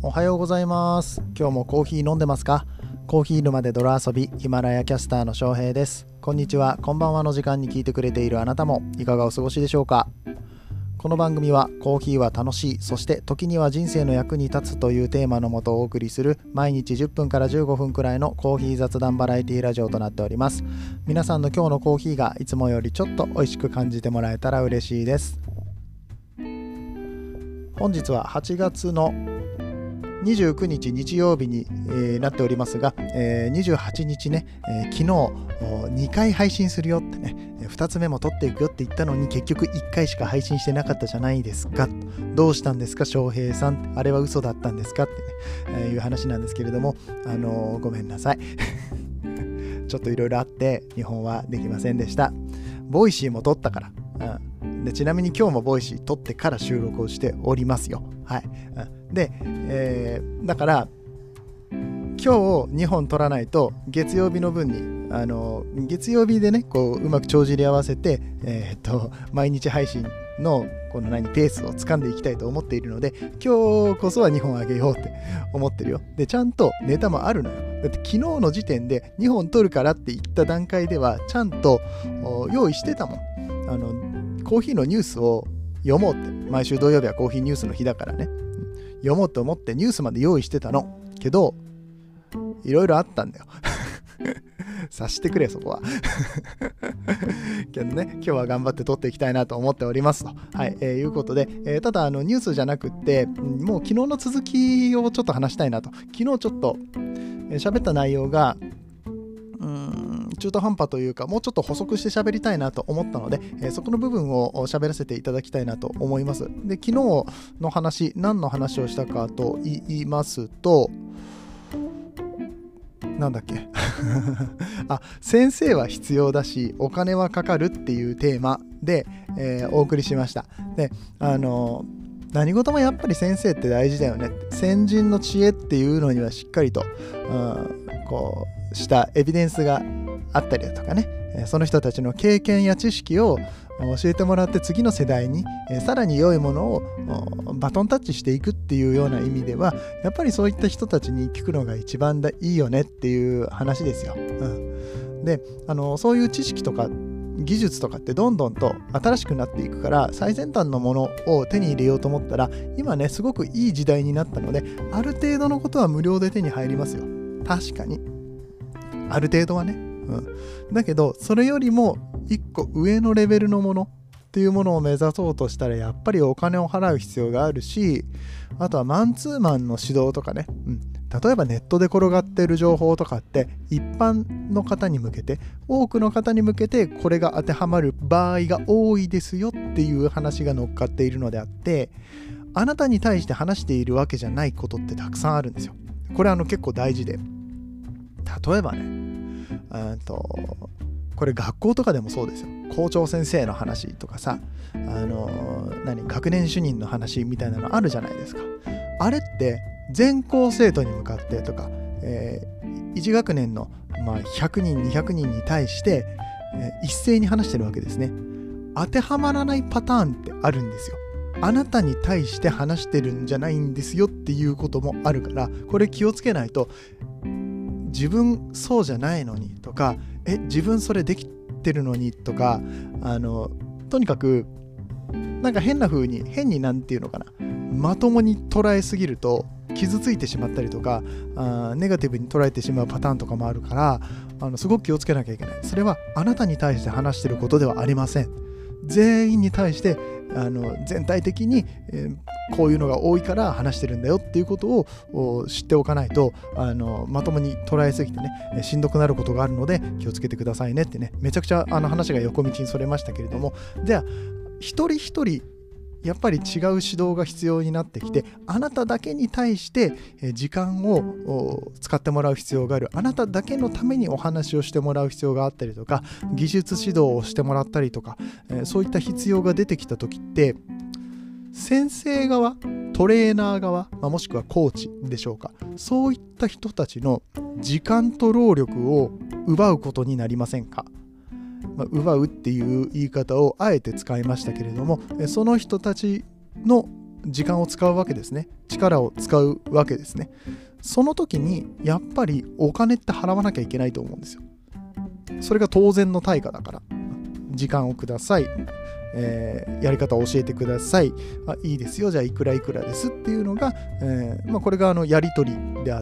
おはようございます。今日もコーヒー飲んでますか？コーヒー沼で泥遊び、ヒマラヤキャスターの翔平です。こんにちは、こんばんはの時間に聞いてくれているあなたもいかがお過ごしでしょうか？この番組はコーヒーは楽しい、そして時には人生の役に立つというテーマのもとお送りする毎日10分から15分くらいのコーヒー雑談バラエティラジオとなっております。皆さんの今日のコーヒーがいつもよりちょっと美味しく感じてもらえたら嬉しいです。本日は8月の29日日曜日に、なっておりますが、28日ね、昨日2回配信するよってね、2つ目も撮っていくよって言ったのに結局1回しか配信してなかったじゃないですか。どうしたんですか翔平さん、あれは嘘だったんですかって、ねいう話なんですけれども、ごめんなさいちょっといろいろあって2本はできませんでした。ボイシーも撮ったから、でちなみに今日もボイシー撮ってから収録をしておりますよ。はい、で、だから今日2本撮らないと月曜日の分に月曜日でねこううまく帳尻合わせて、毎日配信のこのペースを掴んでいきたいと思っているので、今日こそは2本あげようって思ってるよ。でちゃんとネタもあるのよ。だって昨日の時点で2本撮るからって言った段階ではちゃんと用意してたもん。コーヒーのニュースを読もうって、毎週土曜日はコーヒーニュースの日だからね、読もうと思ってニュースまで用意してたのけど、いろいろあったんだよ察してくれそこはけどね、今日は頑張って撮っていきたいなと思っておりますと、いうことで、ただニュースじゃなくって、もう昨日の続きをちょっと話したいなと。昨日ちょっと喋った内容が中途半端というか、もうちょっと補足して喋りたいなと思ったので、そこの部分を喋らせていただきたいなと思います。で、昨日の話、何の話をしたかと言いますと、なんだっけ先生は必要だしお金はかかるっていうテーマで、お送りしました。で、何事もやっぱり先生って大事だよね。先人の知恵っていうのにはしっかりと、こうしたエビデンスがあったりだとかね、その人たちの経験や知識を教えてもらって次の世代にさらに良いものをバトンタッチしていくっていうような意味では、やっぱりそういった人たちに聞くのが一番いいよねっていう話ですよ。で、そういう知識とか技術とかってどんどんと新しくなっていくから、最先端のものを手に入れようと思ったら今ねすごくいい時代になったので、ある程度のことは無料で手に入りますよ。確かにある程度はね、だけどそれよりも一個上のレベルのものっていうものを目指そうとしたらやっぱりお金を払う必要があるし、あとはマンツーマンの指導とかね、例えばネットで転がっている情報とかって一般の方に向けて、多くの方に向けてこれが当てはまる場合が多いですよっていう話が乗っかっているのであって、あなたに対して話しているわけじゃないことってたくさんあるんですよ。これ結構大事で、例えばね、これ学校とかでもそうですよ。校長先生の話とかさ、学年主任の話みたいなのあるじゃないですか。あれって全校生徒に向かってとか、1学年の、100人200人に対して、一斉に話してるわけですね。当てはまらないパターンってあるんですよ。あなたに対して話してるんじゃないんですよっていうこともあるから、これ気をつけないと、自分そうじゃないのにとか、自分それできてるのにとか、とにかく変な風になんていうのかな、まともに捉えすぎると傷ついてしまったりとか、ネガティブに捉えてしまうパターンとかもあるから、すごく気をつけなきゃいけない。それはあなたに対して話してることではありません。全員に対して全体的に、こういうのが多いから話してるんだよっていうことを知っておかないと、まともに捉えすぎてねしんどくなることがあるので気をつけてくださいねってね。めちゃくちゃ話が横道にそれましたけれども、じゃあ一人一人やっぱり違う指導が必要になってきて、あなただけに対して時間を使ってもらう必要がある。あなただけのためにお話をしてもらう必要があったりとか、技術指導をしてもらったりとか、そういった必要が出てきた時って、先生側、トレーナー側、もしくはコーチでしょうか、そういった人たちの時間と労力を奪うことになりませんか？奪うっていう言い方をあえて使いましたけれども、その人たちの時間を使うわけですね。力を使うわけですね。その時にやっぱりお金って払わなきゃいけないと思うんですよ。それが当然の対価だから。時間をください、やり方を教えてください、いいですよ、じゃあいくらいくらですっていうのが、これがやり取りであって、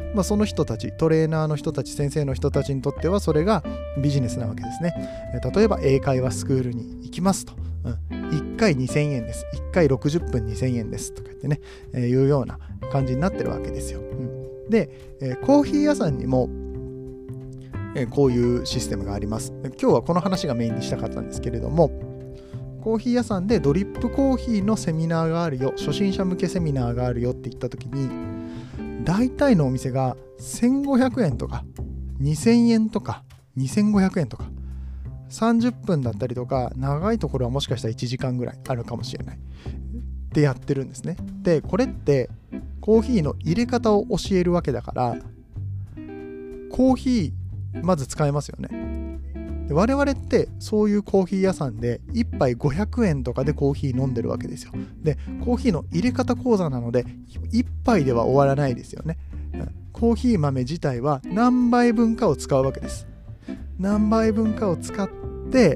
その人たち、トレーナーの人たち、先生の人たちにとってはそれがビジネスなわけですね。例えば英会話スクールに行きますと、1回2000円です、1回60分2000円ですとか言ってね、いうような感じになってるわけですよ。で、コーヒー屋さんにもこういうシステムがあります。今日はこの話がメインにしたかったんですけれども、コーヒー屋さんでドリップコーヒーのセミナーがあるよ、初心者向けセミナーがあるよって言った時に、大体のお店が1500円とか2000円とか2500円とか30分だったりとか、長いところはもしかしたら1時間ぐらいあるかもしれないでやってるんですね。で、これってコーヒーの入れ方を教えるわけだから、コーヒーまず使えますよね。で、我々ってそういうコーヒー屋さんで1杯500円とかでコーヒー飲んでるわけですよ。で、コーヒーの入れ方講座なので1杯では終わらないですよね。コーヒー豆自体は何杯分かを使うわけです。何杯分かを使って、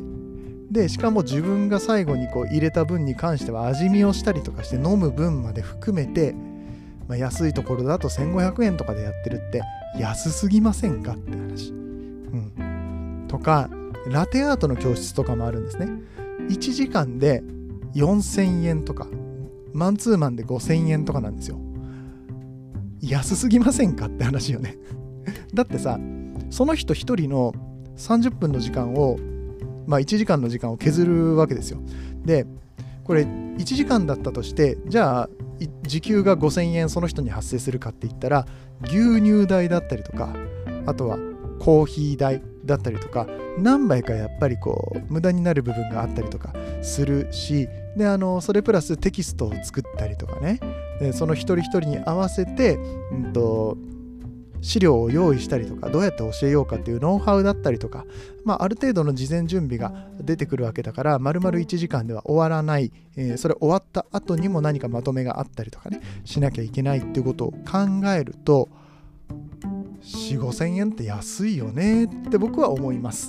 でしかも自分が最後に入れた分に関しては味見をしたりとかして飲む分まで含めて、安いところだと1500円とかでやってるって安すぎませんかって話。とかラテアートの教室とかもあるんですね。1時間で4000円とかマンツーマンで5000円とかなんですよ。安すぎませんかって話よね。だってさ、その人一人の30分の時間を、1時間の時間を削るわけですよ。で、これ1時間だったとして、じゃあ時給が5000円その人に発生するかって言ったら、牛乳代だったりとか、あとはコーヒー代だったりとか、何杯かやっぱり無駄になる部分があったりとかするし、でそれプラステキストを作ったりとかね、でその一人一人に合わせて、資料を用意したりとか、どうやって教えようかっていうノウハウだったりとか、ある程度の事前準備が出てくるわけだから、丸々1時間では終わらない、それ終わった後にも何かまとめがあったりとかね、しなきゃいけないっていうことを考えると、4、5,000円って安いよねって僕は思います。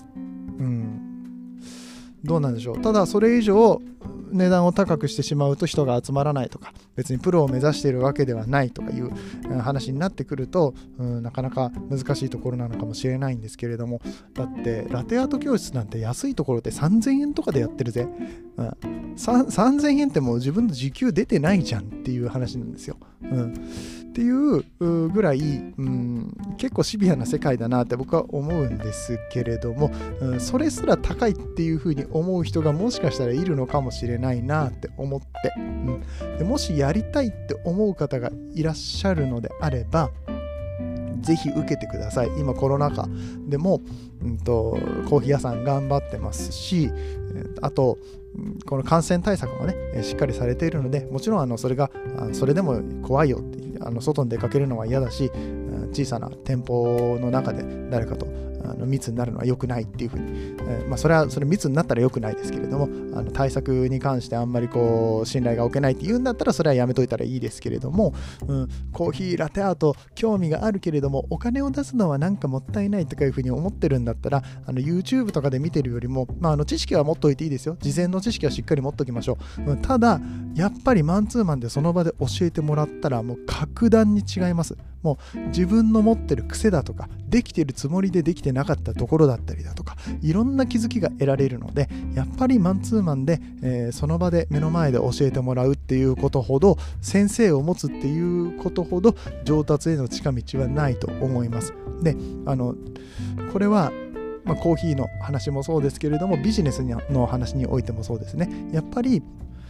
どうなんでしょう。ただそれ以上値段を高くしてしまうと人が集まらないとか、別にプロを目指しているわけではないとかいう話になってくると、なかなか難しいところなのかもしれないんですけれども、だってラテアート教室なんて安いところで3000円とかでやってるぜ。3000円ってもう自分の時給出てないじゃんっていう話なんですよ。っていうぐらい、結構シビアな世界だなって僕は思うんですけれども、それすら高いっていうふうに思う人がもしかしたらいるのかもしれないなって思って、でもしやりたいって思う方がいらっしゃるのであれば、ぜひ受けてください。今コロナ禍でも、コーヒー屋さん頑張ってますし、あとこの感染対策もねしっかりされているので、もちろんそれでも怖いよって、外に出かけるのは嫌だし、小さな店舗の中で誰かと密になるのは良くないっていうふうに、それ密になったら良くないですけれども、対策に関してあんまり信頼が置けないっていうんだったらそれはやめといたらいいですけれども、コーヒーラテアート興味があるけれどもお金を出すのはなんかもったいないとかいうふうに思ってるんだったら、YouTube とかで見てるよりも、知識は持っといていいですよ。事前の知識はしっかり持っときましょう。ただやっぱりマンツーマンでその場で教えてもらったらもう格段に違います。もう自分の持ってる癖だとか、できてるつもりでできてなかったところだったりだとか、いろんな気づきが得られるので、やっぱりマンツーマンで、その場で目の前で教えてもらうっていうことほど、先生を持つっていうことほど上達への近道はないと思います。で、これはコーヒーの話もそうですけれども、ビジネスの話においてもそうですね。やっぱり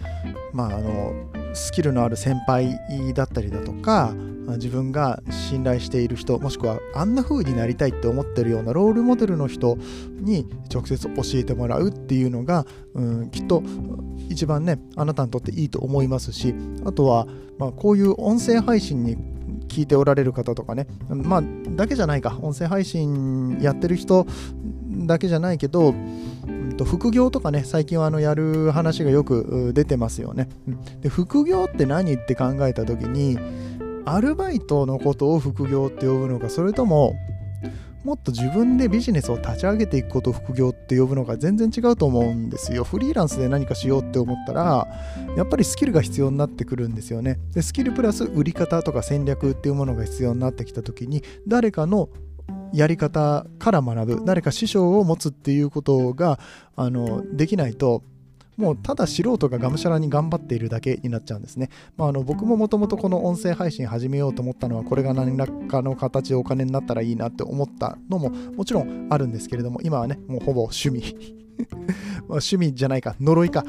スキルのある先輩だったりだとか、自分が信頼している人、もしくはあんな風になりたいって思ってるようなロールモデルの人に直接教えてもらうっていうのが、きっと一番ね、あなたにとっていいと思いますし、あとは、こういう音声配信に聞いておられる方とかね、音声配信やってる人だけじゃないけど、 副業とかね、最近はやる話がよく出てますよね。で、副業って何って考えた時に、アルバイトのことを副業って呼ぶのか、それとももっと自分でビジネスを立ち上げていくことを副業って呼ぶのか全然違うと思うんですよ。フリーランスで何かしようって思ったらやっぱりスキルが必要になってくるんですよね。でスキルプラス売り方とか戦略っていうものが必要になってきた時に、誰かのやり方から学ぶ、誰か師匠を持つっていうことができないと、もうただ素人ががむしゃらに頑張っているだけになっちゃうんですね。僕ももともとこの音声配信始めようと思ったのは、これが何らかの形でお金になったらいいなって思ったのももちろんあるんですけれども、今はね、もうほぼ趣味趣味じゃないか、呪いか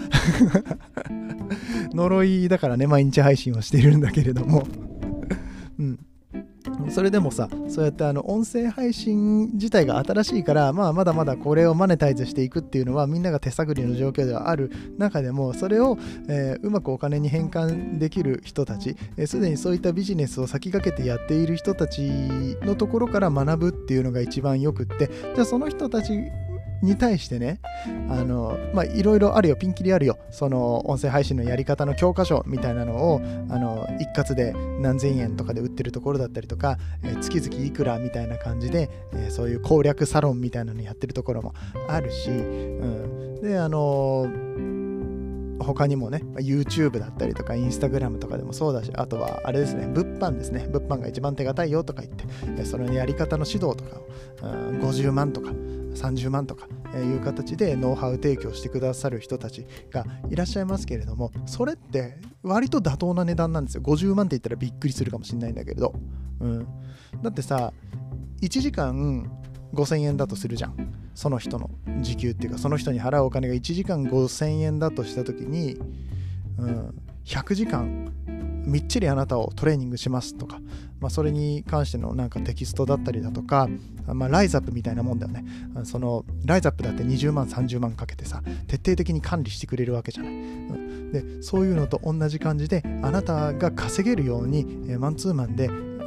呪いだからね、毎日配信をしているんだけれどもそれでもさ、そうやって音声配信自体が新しいから、まだまだこれをマネタイズしていくっていうのはみんなが手探りの状況ではある中でも、それを、うまくお金に変換できる人たち、すでにそういったビジネスを先駆けてやっている人たちのところから学ぶっていうのが一番よくって、じゃあその人たちに対してね、いろいろあるよ、ピンキリあるよ、その音声配信のやり方の教科書みたいなのを一括で何千円とかで売ってるところだったりとか、月々いくらみたいな感じで、そういう攻略サロンみたいなのやってるところもあるし、で他にもね、YouTube だったりとか Instagram とかでもそうだし、あとはあれですね、物販ですね、物販が一番手堅いよとか言って、そのやり方の指導とかを50万とか30万とかいう形でノウハウ提供してくださる人たちがいらっしゃいますけれども、それって割と妥当な値段なんですよ。50万って言ったらびっくりするかもしれないんだけれど、だってさ、1時間5000円だとするじゃん。その人の時給っていうか、その人に払うお金が1時間5000円だとしたときに、100時間みっちりあなたをトレーニングしますとか、それに関してのなんかテキストだったりだとか、ライズアップみたいなもんだよね。そのライズアップだって20万30万かけてさ、徹底的に管理してくれるわけじゃない。でそういうのと同じ感じで、あなたが稼げるようにマンツーマンで、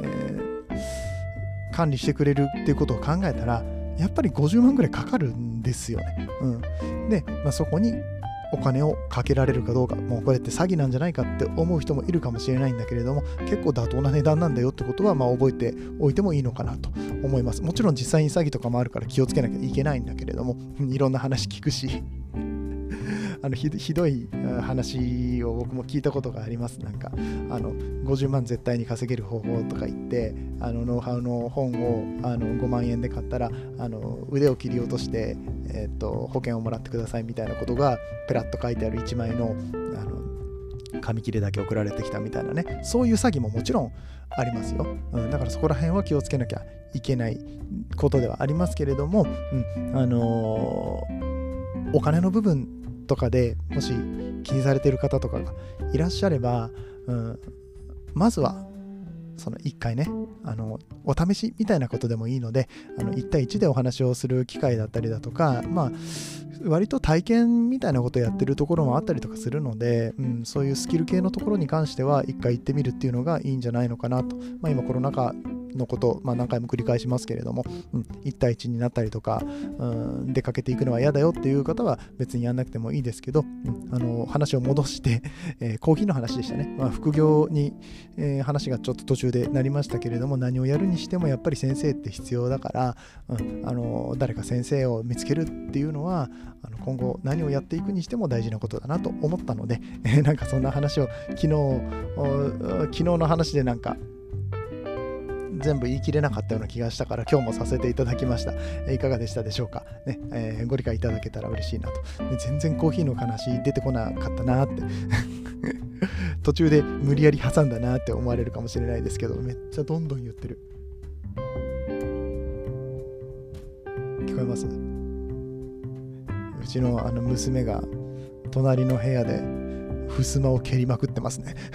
管理してくれるっていうことを考えたら、やっぱり50万ぐらいかかるんですよね。で、そこにお金をかけられるかどうか、もうこれって詐欺なんじゃないかって思う人もいるかもしれないんだけれども、結構妥当な値段なんだよってことは覚えておいてもいいのかなと思います。もちろん実際に詐欺とかもあるから気をつけなきゃいけないんだけれども、いろんな話聞くしひどい話を僕も聞いたことがあります。なんか50万絶対に稼げる方法とか言って、ノウハウの本を5万円で買ったら腕を切り落として、保険をもらってくださいみたいなことがペラッと書いてある1枚の紙切れだけ送られてきたみたいなね、そういう詐欺ももちろんありますよ。だからそこら辺は気をつけなきゃいけないことではありますけれども、お金の部分とかでもし気にされている方とかがいらっしゃれば、まずはその1回ね、お試しみたいなことでもいいので、1対1でお話をする機会だったりだとか、割と体験みたいなことをやってるところもあったりとかするので、そういうスキル系のところに関しては1回行ってみるっていうのがいいんじゃないのかなと。今コロナ禍のことを、何回も繰り返しますけれども、1対1になったりとか、出かけていくのは嫌だよっていう方は別にやんなくてもいいですけど、話を戻して、コーヒーの話でしたね。副業に、話がちょっと途中でなりましたけれども、何をやるにしてもやっぱり先生って必要だから、誰か先生を見つけるっていうのは今後何をやっていくにしても大事なことだなと思ったので、なんかそんな話を昨日の話でなんか全部言い切れなかったような気がしたから、今日もさせていただきました。いかがでしたでしょうか、ね。ご理解いただけたら嬉しいなと。全然コーヒーの話出てこなかったなって途中で無理やり挟んだなって思われるかもしれないですけど、めっちゃどんどん言ってる。聞こえます？うちの娘が隣の部屋で襖を蹴りまくってますね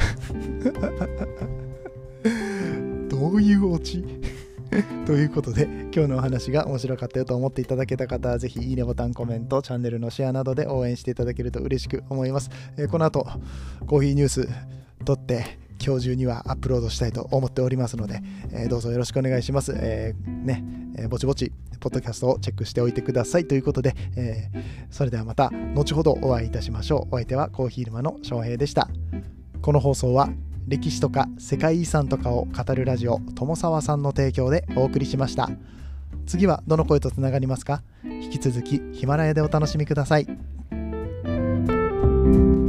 どういうオチということで、今日のお話が面白かったよと思っていただけた方は、ぜひいいねボタン、コメント、チャンネルのシェアなどで応援していただけると嬉しく思います。この後コーヒーニュース撮って今日中にはアップロードしたいと思っておりますので、どうぞよろしくお願いします。 ぼちぼちポッドキャストをチェックしておいてくださいということで、それではまた後ほどお会いいたしましょう。お相手はコーヒー沼の翔平でした。この放送は歴史とか世界遺産とかを語るラジオ友沢さんの提供でお送りしました。次はどの声とつながりますか？引き続きヒマラヤでお楽しみください。